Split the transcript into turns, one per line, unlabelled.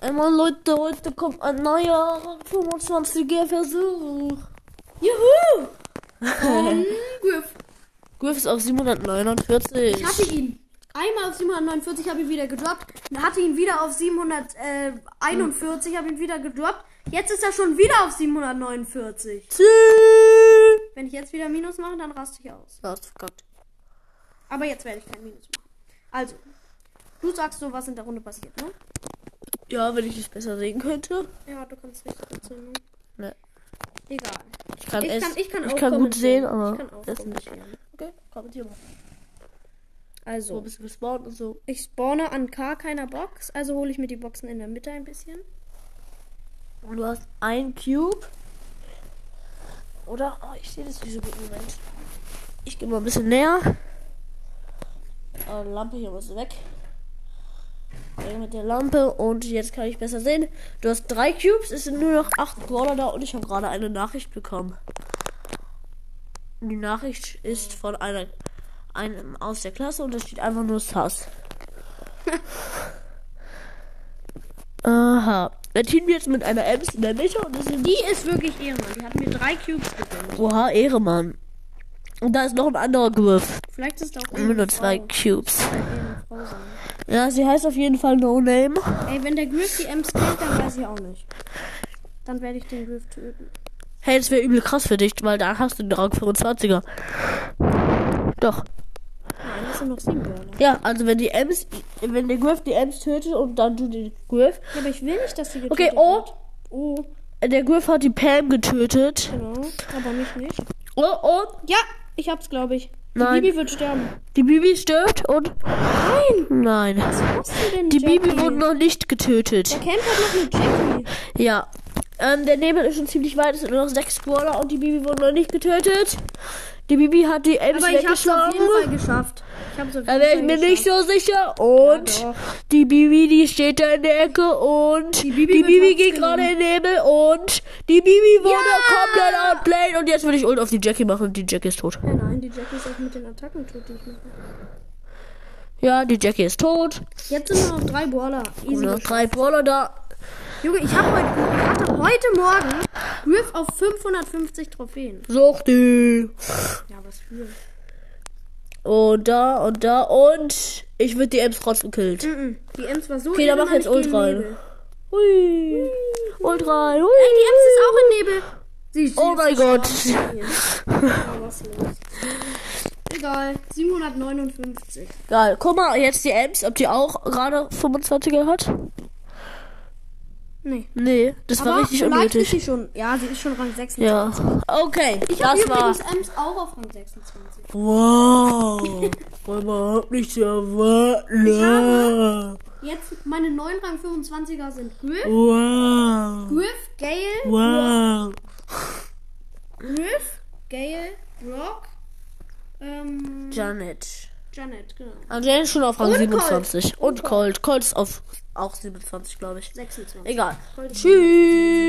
Einmal Leute, heute kommt ein neuer 25er Versuch.
Juhu! Griff.
Griff ist auf 749.
Ich hatte ihn einmal auf 749, habe ihn wieder gedroppt. Dann hatte ihn wieder auf 741, habe ihn wieder gedroppt. Jetzt ist er schon wieder auf 749. Wenn ich jetzt wieder Minus mache, dann raste ich aus.
Da hast du verkackt.
Aber jetzt werde ich kein Minus machen. Also, du sagst so, was in der Runde passiert, ne?
Ja, wenn ich es besser sehen könnte.
Ja, du kannst richtig gut sehen, ne?
Ne.
Egal.
Ich
kann auch
kann gut sehen,
kommentieren.
aber
Ich kann auch
das nicht.
kommentieren.
Okay, kommentier mal. Wo
Also,
bist du gespawnt und so?
ich spawne an gar keiner Box, also hole ich mir die Boxen in der Mitte ein bisschen.
Und du hast ein Cube. Oder? Oh, ich sehe das nicht so gut im Moment. Ich gehe mal ein bisschen näher. Lampe hier muss weg. Mit der Lampe und jetzt kann ich besser sehen. Du hast 3 Cubes, es sind nur noch 8 Brawler da und ich habe gerade eine Nachricht bekommen. Die Nachricht ist von einem aus der Klasse und da steht einfach nur Sass. Aha. Wir teamen jetzt mit einer Ems in der Mitte und
Die ist wirklich Ehrenmann. Die hat mir 3 Cubes gegönnt.
Oha, Ehremann. Und da ist noch ein anderer Griff.
Vielleicht ist es auch
Mit nur 2 Cubes.
Frau sein.
Ja, sie heißt auf jeden Fall No Name.
Ey, wenn der Griff die Ems killt, dann weiß ich auch nicht. Dann werde ich den Griff töten.
Hey, das wäre übel krass für dich, weil da hast du den Rang 25er. Doch.
Nein, das sind noch 7 Brawler.
Ja, also wenn der Griff die Ems tötet und dann du den Griff.
Ja, aber ich will nicht, dass sie getötet
Okay, oh.
wird. Oh,
Der Griff hat die Pam getötet.
genau. Aber mich nicht.
Oh.
Ja, ich hab's, glaube ich. Die
Nein.
Bibi wird sterben.
Die Bibi stirbt und... Nein.
Was machst du denn,
Die
Jackie?
Bibi wurde noch nicht getötet.
Der Camp hat noch eine Jackie.
Ja. Der Nebel ist schon ziemlich weit. Es sind nur noch 6 Brawler und die Bibi wurde noch nicht getötet. Die Bibi hat die Ems
Aber ich hab's auf
weggeschlagen.
jeden Fall geschafft. Ich hab's auf jeden
Da wäre ich
Fall
mir nicht
geschafft.
so sicher. Und
Ja, doch.
die Bibi, die steht da in der Ecke und
Die
die
Bibi
Bibi,
wird
geht
hops
gerade in den Nebel und die Bibi wurde
Ja!
komplett outplayed und jetzt würde ich Ult auf die Jackie machen und die Jackie ist tot.
Ja, nein, die Jackie ist auch mit den Attacken tot, die ich mache.
Ja, die Jackie ist tot.
Jetzt sind nur noch 3 Brawler. Easy.
Noch 3 Brawler da.
Junge, ich hatte heute Morgen Griff auf 550 Trophäen.
Such die.
Ja, was für?
Und da und da und ich würde die Ems trotzdem killen.
Die Ems war so
Okay, dann mach jetzt Ult rein. Hui. Ult rein. Hui.
Ey, die Ems ist auch im Nebel. Sie
Oh mein Gott.
Ja, was los? Egal, 759.
Geil. Guck mal, jetzt die Ems, ob die auch gerade 25er hat.
Nee.
Nee, das war richtig
vielleicht ist
unnötig.
sie schon. Ja, sie ist schon Rang 26.
Ja. Okay,
Ich habe
das war.
übrigens Ems auch auf Rang 26.
Wow. War überhaupt nicht zu erwarten.
Jetzt meine neuen Rang 25er sind Griff,
Wow.
Gale,
Wow.
Griff, Gale, Brock,
Janet.
Janet, genau.
Und Janet ist schon auf Rang
Und
27. Und Colt. Colt ist auf auch 27, glaube ich.
26.
Egal.
Colt ist
Tschüss.